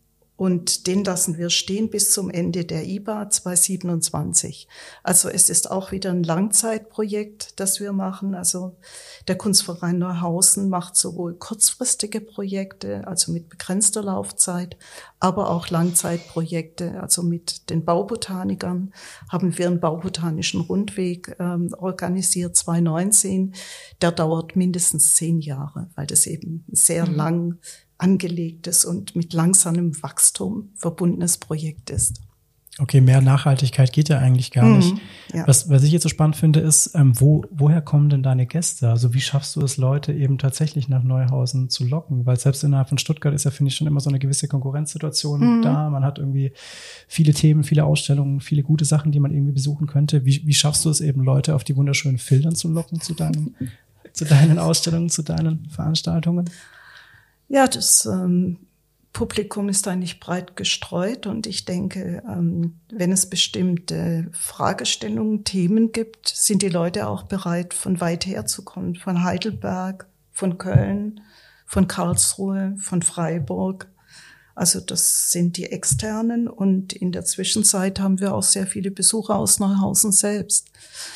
Und den lassen wir stehen bis zum Ende der I B A zweitausendsiebenundzwanzig. Also es ist auch wieder ein Langzeitprojekt, das wir machen. Also der Kunstverein Neuhausen macht sowohl kurzfristige Projekte, also mit begrenzter Laufzeit, aber auch Langzeitprojekte. Also mit den Baubotanikern haben wir einen baubotanischen Rundweg ähm, organisiert, zweitausendneunzehn. Der dauert mindestens zehn Jahre, weil das eben sehr mhm. lang angelegtes und mit langsamem Wachstum verbundenes Projekt ist. Okay, mehr Nachhaltigkeit geht ja eigentlich gar nicht. Mhm, ja. Was, was ich jetzt so spannend finde, ist, ähm, wo, woher kommen denn deine Gäste? Also wie schaffst du es, Leute eben tatsächlich nach Neuhausen zu locken? Weil selbst innerhalb von Stuttgart ist ja, finde ich, schon immer so eine gewisse Konkurrenzsituation mhm. da. Man hat irgendwie viele Themen, viele Ausstellungen, viele gute Sachen, die man irgendwie besuchen könnte. Wie, wie schaffst du es eben, Leute auf die wunderschönen Filtern zu locken zu deinen, zu deinen Ausstellungen, zu deinen Veranstaltungen? Ja, das ähm, Publikum ist eigentlich breit gestreut und ich denke, ähm, wenn es bestimmte Fragestellungen, Themen gibt, sind die Leute auch bereit, von weit her zu kommen, von Heidelberg, von Köln, von Karlsruhe, von Freiburg. Also das sind die Externen und in der Zwischenzeit haben wir auch sehr viele Besucher aus Neuhausen selbst.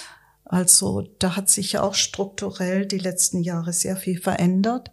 Also da hat sich ja auch strukturell die letzten Jahre sehr viel verändert.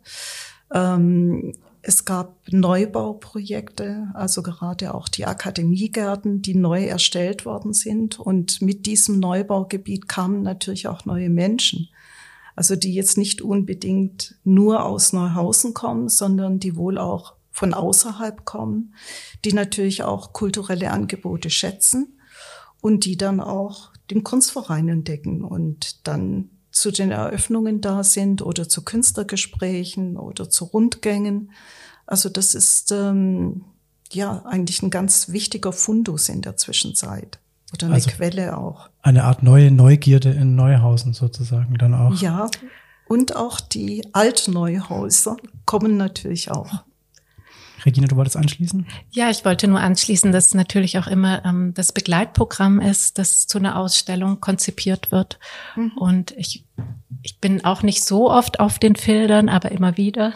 Ähm, es gab Neubauprojekte, also gerade auch die Akademiegärten, die neu erstellt worden sind. Und mit diesem Neubaugebiet kamen natürlich auch neue Menschen. Also die jetzt nicht unbedingt nur aus Neuhausen kommen, sondern die wohl auch von außerhalb kommen, die natürlich auch kulturelle Angebote schätzen und die dann auch den Kunstverein entdecken und dann zu den Eröffnungen da sind oder zu Künstlergesprächen oder zu Rundgängen. Also das ist ähm, ja eigentlich ein ganz wichtiger Fundus in der Zwischenzeit oder eine also Quelle auch. Eine Art neue Neugierde in Neuhausen sozusagen dann auch. Ja, und auch die Altneuhäuser kommen natürlich auch. Regina, du wolltest anschließen? Ja, ich wollte nur anschließen, dass natürlich auch immer ähm, das Begleitprogramm ist, das zu einer Ausstellung konzipiert wird. Mhm. Und ich, ich bin auch nicht so oft auf den Feldern, aber immer wieder.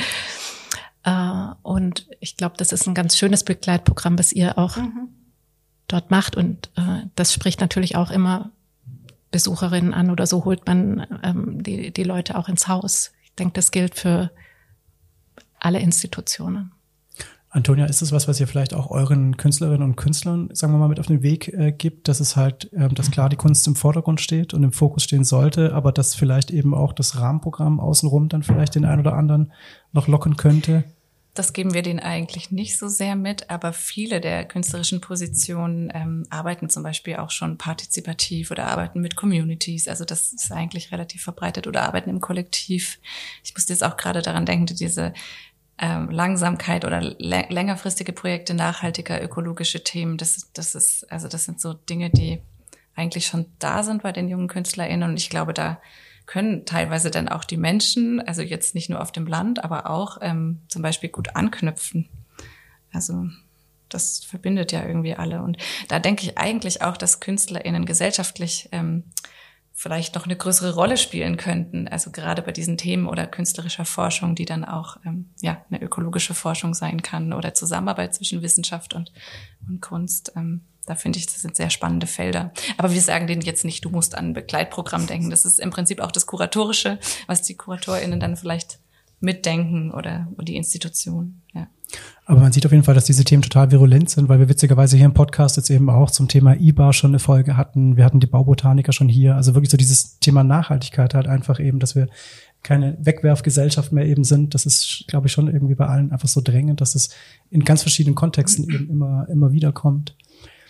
äh, und ich glaube, das ist ein ganz schönes Begleitprogramm, was ihr auch mhm. dort macht. Und äh, das spricht natürlich auch immer Besucherinnen an oder so holt man ähm, die, die Leute auch ins Haus. Ich denke, das gilt für alle Institutionen. Antonia, ist das was, was ihr vielleicht auch euren Künstlerinnen und Künstlern, sagen wir mal, mit auf den Weg äh, gibt, dass es halt, ähm, dass klar die Kunst im Vordergrund steht und im Fokus stehen sollte, aber dass vielleicht eben auch das Rahmenprogramm außenrum dann vielleicht den einen oder anderen noch locken könnte? Das geben wir denen eigentlich nicht so sehr mit, aber viele der künstlerischen Positionen ähm, arbeiten zum Beispiel auch schon partizipativ oder arbeiten mit Communities. Also das ist eigentlich relativ verbreitet oder arbeiten im Kollektiv. Ich musste jetzt auch gerade daran denken, diese ähm, Langsamkeit oder l- längerfristige Projekte, nachhaltiger, ökologische Themen. Das, das ist, also das sind so Dinge, die eigentlich schon da sind bei den jungen KünstlerInnen. Und ich glaube, da können teilweise dann auch die Menschen, also jetzt nicht nur auf dem Land, aber auch ähm, zum Beispiel gut anknüpfen. Also das verbindet ja irgendwie alle. Und da denke ich eigentlich auch, dass KünstlerInnen gesellschaftlich ähm, vielleicht noch eine größere Rolle spielen könnten. Also gerade bei diesen Themen oder künstlerischer Forschung, die dann auch ähm, ja eine ökologische Forschung sein kann oder Zusammenarbeit zwischen Wissenschaft und, und Kunst. Ähm, Da finde ich, das sind sehr spannende Felder. Aber wir sagen denen jetzt nicht, du musst an ein Begleitprogramm denken. Das ist im Prinzip auch das Kuratorische, was die KuratorInnen dann vielleicht mitdenken oder, oder die Institution, ja. Aber man sieht auf jeden Fall, dass diese Themen total virulent sind, weil wir witzigerweise hier im Podcast jetzt eben auch zum Thema I B A schon eine Folge hatten. Wir hatten die Baubotaniker schon hier. Also wirklich so dieses Thema Nachhaltigkeit halt einfach eben, dass wir keine Wegwerfgesellschaft mehr eben sind. Das ist, glaube ich, schon irgendwie bei allen einfach so drängend, dass es in ganz verschiedenen Kontexten eben immer, immer wieder kommt.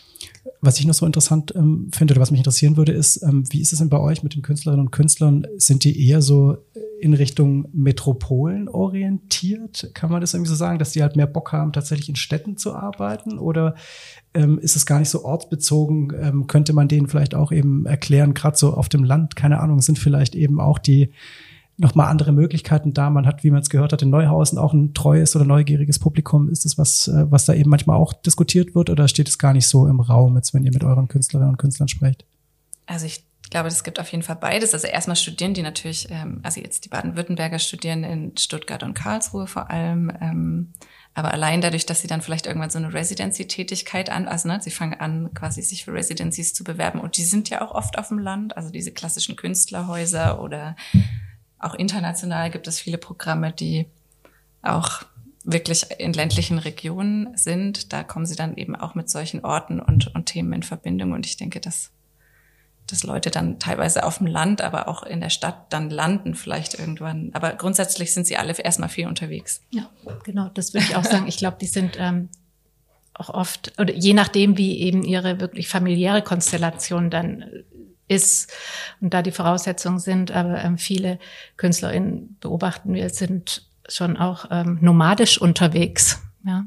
Was ich noch so interessant ähm, finde oder was mich interessieren würde, ist, ähm, wie ist es denn bei euch mit den Künstlerinnen und Künstlern? Sind die eher so in Richtung Metropolen orientiert? Kann man das irgendwie so sagen, dass die halt mehr Bock haben, tatsächlich in Städten zu arbeiten? Oder ähm, ist es gar nicht so ortsbezogen? Ähm, könnte man denen vielleicht auch eben erklären, gerade so auf dem Land, keine Ahnung, sind vielleicht eben auch die nochmal andere Möglichkeiten da. Man hat, wie man es gehört hat, in Neuhausen auch ein treues oder neugieriges Publikum. Ist das was, was da eben manchmal auch diskutiert wird oder steht es gar nicht so im Raum, jetzt wenn ihr mit euren Künstlerinnen und Künstlern sprecht? Also ich glaube, es gibt auf jeden Fall beides. Also erstmal studieren die natürlich, also jetzt die Baden-Württemberger studieren in Stuttgart und Karlsruhe vor allem. Aber allein dadurch, dass sie dann vielleicht irgendwann so eine Residency-Tätigkeit an, also ne, sie fangen an, quasi sich für Residencies zu bewerben. Und die sind ja auch oft auf dem Land, also diese klassischen Künstlerhäuser oder auch international gibt es viele Programme, die auch wirklich in ländlichen Regionen sind. Da kommen sie dann eben auch mit solchen Orten und, und Themen in Verbindung. Und ich denke, dass, dass Leute dann teilweise auf dem Land, aber auch in der Stadt dann landen vielleicht irgendwann. Aber grundsätzlich sind sie alle erstmal viel unterwegs. Ja, genau, das würde ich auch sagen. Ich glaube, die sind ähm, auch oft, oder je nachdem, wie eben ihre wirklich familiäre Konstellation dann ist und da die Voraussetzungen sind, aber ähm, viele KünstlerInnen beobachten wir, sind schon auch ähm, nomadisch unterwegs. Ja.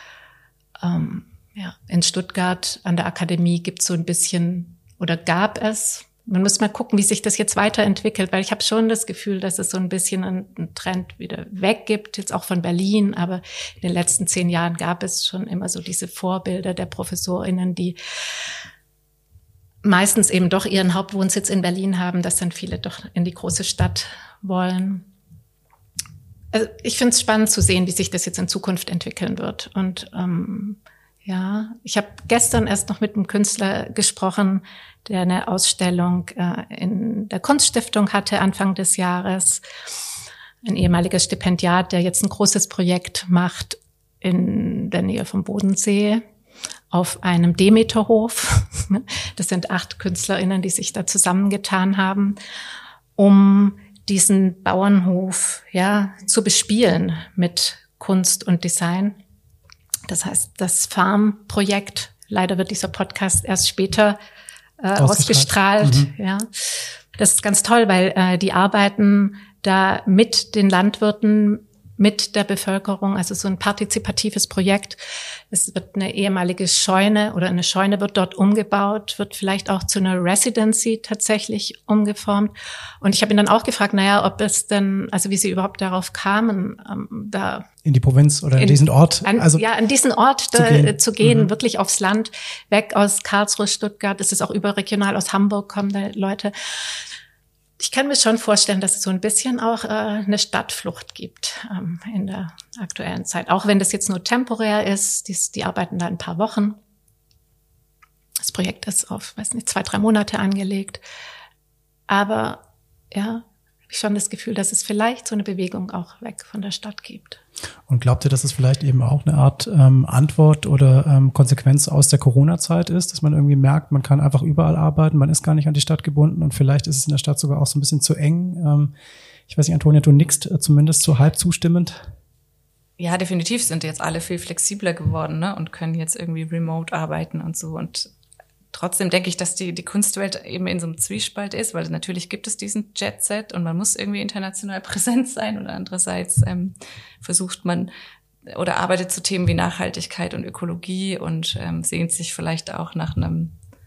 Ähm, ja, in Stuttgart an der Akademie gibt es so ein bisschen, oder gab es, man muss mal gucken, wie sich das jetzt weiterentwickelt, weil ich habe schon das Gefühl, dass es so ein bisschen einen Trend wieder weg gibt, jetzt auch von Berlin, aber in den letzten zehn Jahren gab es schon immer so diese Vorbilder der ProfessorInnen, die meistens eben doch ihren Hauptwohnsitz in Berlin haben, dass dann viele doch in die große Stadt wollen. Also ich finde es spannend zu sehen, wie sich das jetzt in Zukunft entwickeln wird. Und ähm, ja, ich habe gestern erst noch mit einem Künstler gesprochen, der eine Ausstellung äh, in der Kunststiftung hatte Anfang des Jahres. Ein ehemaliger Stipendiat, der jetzt ein großes Projekt macht in der Nähe vom Bodensee auf einem Demeterhof. Das sind acht KünstlerInnen, die sich da zusammengetan haben, um diesen Bauernhof ja zu bespielen mit Kunst und Design. Das heißt, das Farm-Projekt, leider wird dieser Podcast erst später äh, ausgestrahlt. ausgestrahlt. Mhm. Ja, das ist ganz toll, weil äh, die arbeiten da mit den Landwirten, mit der Bevölkerung, also so ein partizipatives Projekt. Es wird eine ehemalige Scheune oder eine Scheune wird dort umgebaut, wird vielleicht auch zu einer Residency tatsächlich umgeformt. Und ich habe ihn dann auch gefragt, naja, ob es denn, also wie sie überhaupt darauf kamen, ähm, da in die Provinz oder in, in diesen Ort, an, also ja, an diesen Ort zu da, gehen, zu gehen mhm. wirklich aufs Land, weg aus Karlsruhe, Stuttgart. Es ist auch überregional, aus Hamburg kommen da Leute. Ich kann mir schon vorstellen, dass es so ein bisschen auch äh, eine Stadtflucht gibt ähm, in der aktuellen Zeit. Auch wenn das jetzt nur temporär ist, die, die arbeiten da ein paar Wochen. Das Projekt ist auf, weiß nicht, zwei, drei Monate angelegt. Aber ja, habe ich schon das Gefühl, dass es vielleicht so eine Bewegung auch weg von der Stadt gibt. Und glaubt ihr, dass es vielleicht eben auch eine Art ähm, Antwort oder ähm, Konsequenz aus der Corona-Zeit ist, dass man irgendwie merkt, man kann einfach überall arbeiten, man ist gar nicht an die Stadt gebunden und vielleicht ist es in der Stadt sogar auch so ein bisschen zu eng. Ähm, ich weiß nicht, Antonia, du nickst äh, zumindest so halb zustimmend. Ja, definitiv sind jetzt alle viel flexibler geworden, ne, und können jetzt irgendwie remote arbeiten und so. Und trotzdem denke ich, dass die, die Kunstwelt eben in so einem Zwiespalt ist, weil natürlich gibt es diesen Jet-Set und man muss irgendwie international präsent sein und andererseits ähm, versucht man oder arbeitet zu Themen wie Nachhaltigkeit und Ökologie und ähm, sehnt sich vielleicht auch nach einem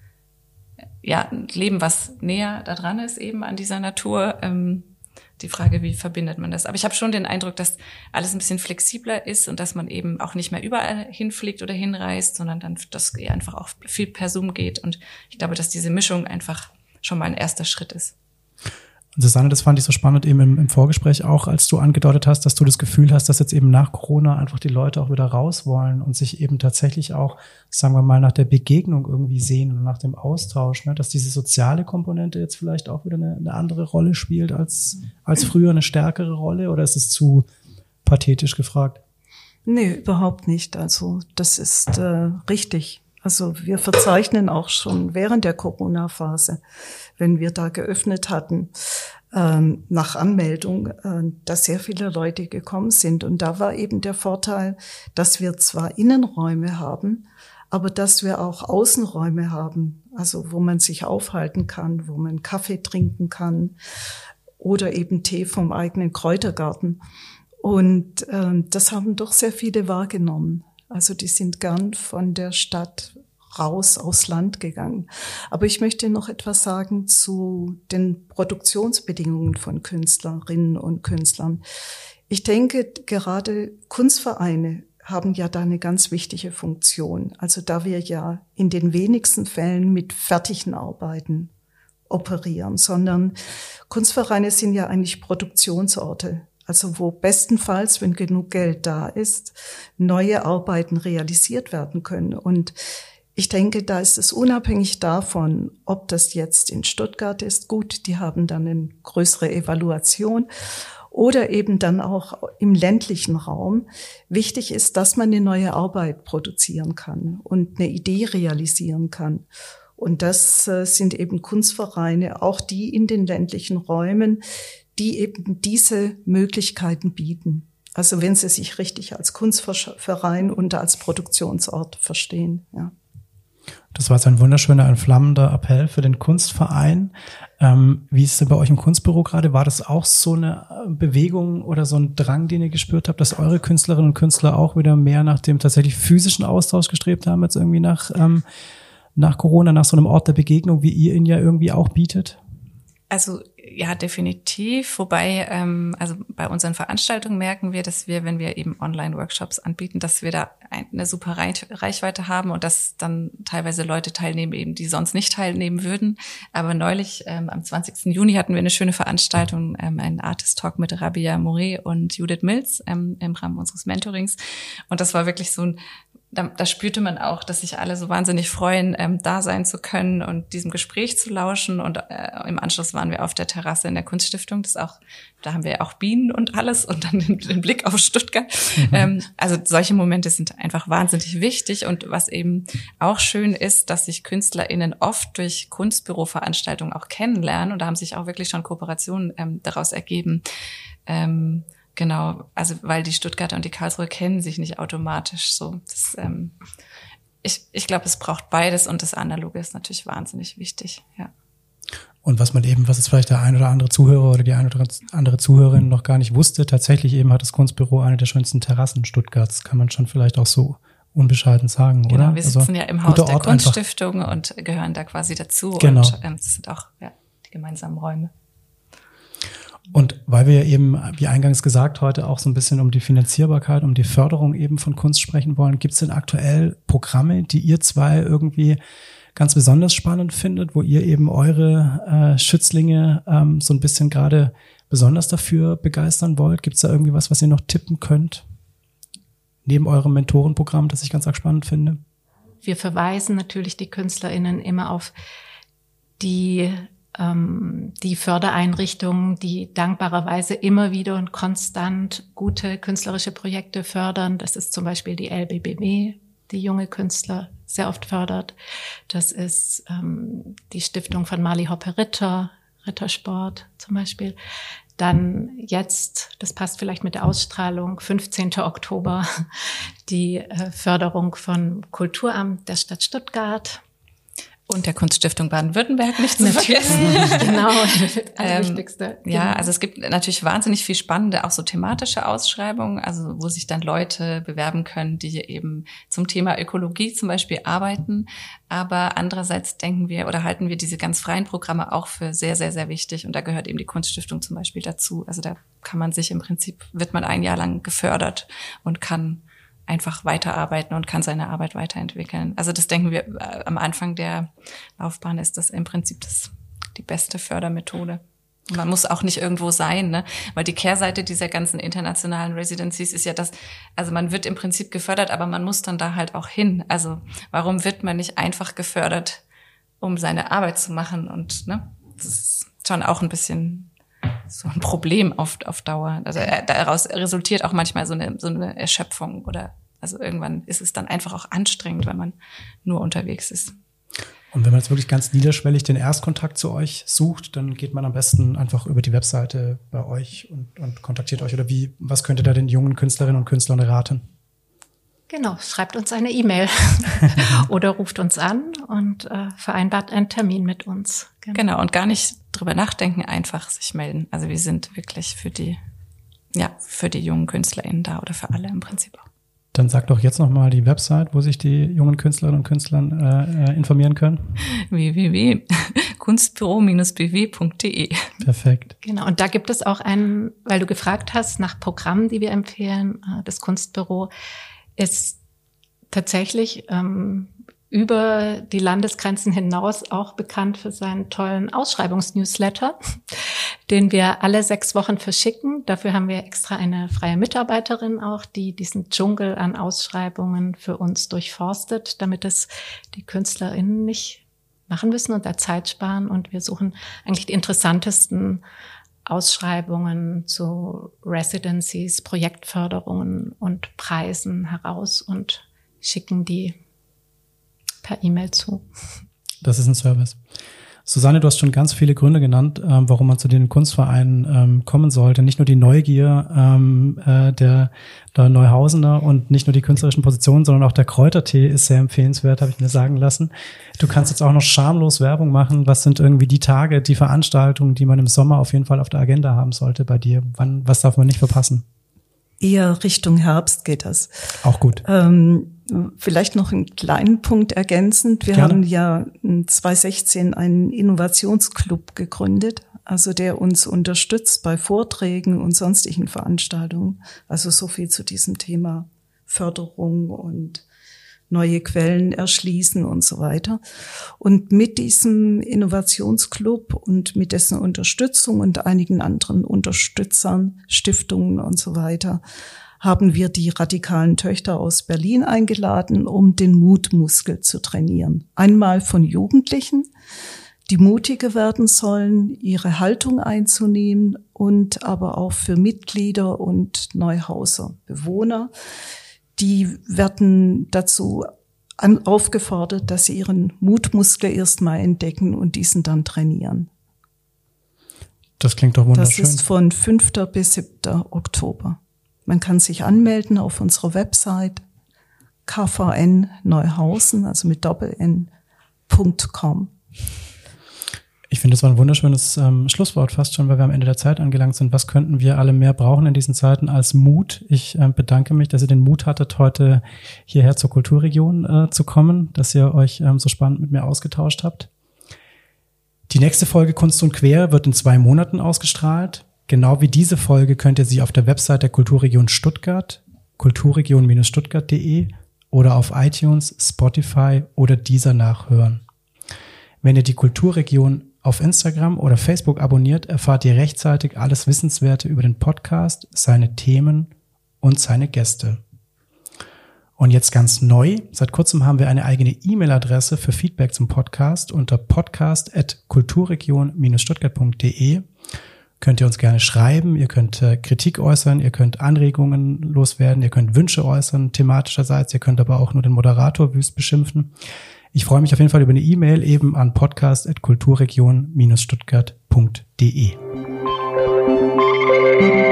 ja, Leben, was näher da dran ist eben an dieser Natur. Ähm, die Frage, wie verbindet man das? Aber ich habe schon den Eindruck, dass alles ein bisschen flexibler ist und dass man eben auch nicht mehr überall hinfliegt oder hinreist, sondern dann das einfach auch viel per Zoom geht. Und ich glaube, dass diese Mischung einfach schon mal ein erster Schritt ist. Und Susanne, das fand ich so spannend eben im, im Vorgespräch auch, als du angedeutet hast, dass du das Gefühl hast, dass jetzt eben nach Corona einfach die Leute auch wieder raus wollen und sich eben tatsächlich auch, sagen wir mal, nach der Begegnung irgendwie sehen und nach dem Austausch, ne? Dass diese soziale Komponente jetzt vielleicht auch wieder eine, eine andere Rolle spielt als, als früher, eine stärkere Rolle, oder ist es zu pathetisch gefragt? Nee, überhaupt nicht. Also das ist äh, richtig. Also wir verzeichnen auch schon während der Corona-Phase, wenn wir da geöffnet hatten, ähm, nach Anmeldung, äh, dass sehr viele Leute gekommen sind. Und da war eben der Vorteil, dass wir zwar Innenräume haben, aber dass wir auch Außenräume haben, also wo man sich aufhalten kann, wo man Kaffee trinken kann oder eben Tee vom eigenen Kräutergarten. Und äh, das haben doch sehr viele wahrgenommen. Also die sind gern von der Stadt raus aufs Land gegangen. Aber ich möchte noch etwas sagen zu den Produktionsbedingungen von Künstlerinnen und Künstlern. Ich denke, gerade Kunstvereine haben ja da eine ganz wichtige Funktion. Also da wir ja in den wenigsten Fällen mit fertigen Arbeiten operieren, sondern Kunstvereine sind ja eigentlich Produktionsorte. Also wo bestenfalls, wenn genug Geld da ist, neue Arbeiten realisiert werden können. Und ich denke, da ist es unabhängig davon, ob das jetzt in Stuttgart ist. Gut, die haben dann eine größere Evaluation. Oder eben dann auch im ländlichen Raum. Wichtig ist, dass man eine neue Arbeit produzieren kann und eine Idee realisieren kann. Und das äh, sind eben Kunstvereine, auch die in den ländlichen Räumen, die eben diese Möglichkeiten bieten. Also wenn sie sich richtig als Kunstverein und als Produktionsort verstehen. Ja. Das war jetzt ein wunderschöner, ein flammender Appell für den Kunstverein. Ähm, wie ist es denn bei euch im Kunstbüro gerade? War das auch so eine Bewegung oder so ein Drang, den ihr gespürt habt, dass eure Künstlerinnen und Künstler auch wieder mehr nach dem tatsächlich physischen Austausch gestrebt haben, jetzt irgendwie nach, ähm, nach Corona, nach so einem Ort der Begegnung, wie ihr ihn ja irgendwie auch bietet? Also ja, definitiv. Wobei, ähm, also bei unseren Veranstaltungen merken wir, dass wir, wenn wir eben Online-Workshops anbieten, dass wir da eine super Reichweite haben und dass dann teilweise Leute teilnehmen, eben die sonst nicht teilnehmen würden. Aber neulich, ähm, am zwanzigsten Juni, hatten wir eine schöne Veranstaltung, ähm, einen Artist-Talk mit Rabia Moret und Judith Mills ähm, im Rahmen unseres Mentorings. Und das war wirklich so ein Da, da spürte man auch, dass sich alle so wahnsinnig freuen, ähm, da sein zu können und diesem Gespräch zu lauschen. Und äh, im Anschluss waren wir auf der Terrasse in der Kunststiftung. Das auch, da haben wir auch Bienen und alles und dann den, den Blick auf Stuttgart. Mhm. Ähm, also solche Momente sind einfach wahnsinnig wichtig. Und was eben auch schön ist, dass sich KünstlerInnen oft durch Kunstbüroveranstaltungen auch kennenlernen. Und da haben sich auch wirklich schon Kooperationen ähm, daraus ergeben. Ähm, Genau, also weil die Stuttgarter und die Karlsruher kennen sich nicht automatisch so. Das, ähm, ich ich glaube, es braucht beides und das Analoge ist natürlich wahnsinnig wichtig, ja. Und was man eben, was es vielleicht der ein oder andere Zuhörer oder die ein oder andere Zuhörerin noch gar nicht wusste, tatsächlich eben hat das Kunstbüro eine der schönsten Terrassen Stuttgarts, kann man schon vielleicht auch so unbescheiden sagen, genau, oder? Genau, wir sitzen also, ja im Haus der Ort Kunststiftung einfach. Und gehören da quasi dazu. Genau. Und ähm, das sind auch ja, die gemeinsamen Räume. Und weil wir eben, wie eingangs gesagt, heute auch so ein bisschen um die Finanzierbarkeit, um die Förderung eben von Kunst sprechen wollen, gibt es denn aktuell Programme, die ihr zwei irgendwie ganz besonders spannend findet, wo ihr eben eure äh, Schützlinge ähm, so ein bisschen gerade besonders dafür begeistern wollt? Gibt es da irgendwie was, was ihr noch tippen könnt? Neben eurem Mentorenprogramm, das ich ganz arg spannend finde? Wir verweisen natürlich die KünstlerInnen immer auf die die Fördereinrichtungen, die dankbarerweise immer wieder und konstant gute künstlerische Projekte fördern. Das ist zum Beispiel die L B B W, die junge Künstler sehr oft fördert. Das ist ähm, die Stiftung von Marli Hoppe-Ritter, Rittersport zum Beispiel. Dann jetzt, das passt vielleicht mit der Ausstrahlung, fünfzehnten Oktober, die äh, Förderung vom Kulturamt der Stadt Stuttgart. Und der Kunststiftung Baden-Württemberg nicht zu vergessen. Genau, das ähm, Wichtigste. Ja, genau. also es gibt natürlich wahnsinnig viel spannende, auch so thematische Ausschreibungen, also wo sich dann Leute bewerben können, die eben zum Thema Ökologie zum Beispiel arbeiten. Aber andererseits denken wir oder halten wir diese ganz freien Programme auch für sehr, sehr, sehr wichtig. Und da gehört eben die Kunststiftung zum Beispiel dazu. Also da kann man sich im Prinzip, wird man ein Jahr lang gefördert und kann einfach weiterarbeiten und kann seine Arbeit weiterentwickeln. Also das denken wir, äh, am Anfang der Laufbahn ist das im Prinzip das, die beste Fördermethode. Und man muss auch nicht irgendwo sein, ne? Weil die Kehrseite dieser ganzen internationalen Residencies ist ja das, also man wird im Prinzip gefördert, aber man muss dann da halt auch hin. Also warum wird man nicht einfach gefördert, um seine Arbeit zu machen? Und ne, das ist schon auch ein bisschen so ein Problem auf, auf Dauer. Also daraus resultiert auch manchmal so eine, so eine Erschöpfung oder Also irgendwann ist es dann einfach auch anstrengend, wenn man nur unterwegs ist. Und wenn man jetzt wirklich ganz niederschwellig den Erstkontakt zu euch sucht, dann geht man am besten einfach über die Webseite bei euch und, und kontaktiert euch. Oder wie, was könnt ihr da den jungen Künstlerinnen und Künstlern raten? Genau, schreibt uns eine E-Mail oder ruft uns an und äh, vereinbart einen Termin mit uns. Genau. genau, und gar nicht drüber nachdenken, einfach sich melden. Also wir sind wirklich für die, ja, für die jungen KünstlerInnen da oder für alle im Prinzip auch. Dann sag doch jetzt nochmal die Website, wo sich die jungen Künstlerinnen und Künstler äh, informieren können. w w w punkt kunstbüro Bindestrich b w punkt d e. Perfekt. Genau, und da gibt es auch einen, weil du gefragt hast nach Programmen, die wir empfehlen. Das Kunstbüro ist tatsächlich ähm, über die Landesgrenzen hinaus auch bekannt für seinen tollen Ausschreibungsnewsletter, den wir alle sechs Wochen verschicken. Dafür haben wir extra eine freie Mitarbeiterin auch, die diesen Dschungel an Ausschreibungen für uns durchforstet, damit es die KünstlerInnen nicht machen müssen und da Zeit sparen. Und wir suchen eigentlich die interessantesten Ausschreibungen zu Residencies, Projektförderungen und Preisen heraus und schicken die per E-Mail zu. Das ist ein Service. Susanne, du hast schon ganz viele Gründe genannt, ähm, warum man zu den Kunstvereinen ähm, kommen sollte. Nicht nur die Neugier ähm, äh, der, der Neuhausener und nicht nur die künstlerischen Positionen, sondern auch der Kräutertee ist sehr empfehlenswert, habe ich mir sagen lassen. Du kannst jetzt auch noch schamlos Werbung machen. Was sind irgendwie die Tage, die Veranstaltungen, die man im Sommer auf jeden Fall auf der Agenda haben sollte bei dir? Wann, was darf man nicht verpassen? Eher Richtung Herbst geht das. Auch gut. Ähm, vielleicht noch einen kleinen Punkt ergänzend. Wir Gerne. haben ja zwanzig sechzehn einen Innovationsclub gegründet, also der uns unterstützt bei Vorträgen und sonstigen Veranstaltungen. Also so viel zu diesem Thema Förderung und neue Quellen erschließen und so weiter. Und mit diesem Innovationsclub und mit dessen Unterstützung und einigen anderen Unterstützern, Stiftungen und so weiter, haben wir die radikalen Töchter aus Berlin eingeladen, um den Mutmuskel zu trainieren. Einmal von Jugendlichen, die mutiger werden sollen, ihre Haltung einzunehmen, und aber auch für Mitglieder und Neuhauser, Bewohner. Die werden dazu an, aufgefordert, dass sie ihren Mutmuskel erstmal entdecken und diesen dann trainieren. Das klingt doch wunderschön. Das ist von fünften bis siebten Oktober. Man kann sich anmelden auf unserer Website k v n Neuhausen, also mit Doppel-N, Punkt com. Ich finde, das war ein wunderschönes ähm, Schlusswort fast schon, weil wir am Ende der Zeit angelangt sind. Was könnten wir alle mehr brauchen in diesen Zeiten als Mut? Ich äh, bedanke mich, dass ihr den Mut hattet, heute hierher zur Kulturregion äh, zu kommen, dass ihr euch ähm, so spannend mit mir ausgetauscht habt. Die nächste Folge Kunst und Quer wird in zwei Monaten ausgestrahlt. Genau wie diese Folge könnt ihr sie auf der Website der Kulturregion Stuttgart, kulturregion Bindestrich stuttgart Punkt de oder auf iTunes, Spotify oder Deezer nachhören. Wenn ihr die Kulturregion auf Instagram oder Facebook abonniert, erfahrt ihr rechtzeitig alles Wissenswerte über den Podcast, seine Themen und seine Gäste. Und jetzt ganz neu, seit kurzem haben wir eine eigene E-Mail-Adresse für Feedback zum Podcast unter podcast at kulturregion Bindestrich stuttgart Punkt de. Könnt ihr uns gerne schreiben, ihr könnt äh, Kritik äußern, ihr könnt Anregungen loswerden, ihr könnt Wünsche äußern, thematischerseits, ihr könnt aber auch nur den Moderator wüst beschimpfen. Ich freue mich auf jeden Fall über eine E-Mail eben an podcast at kulturregion Bindestrich stuttgart Punkt de.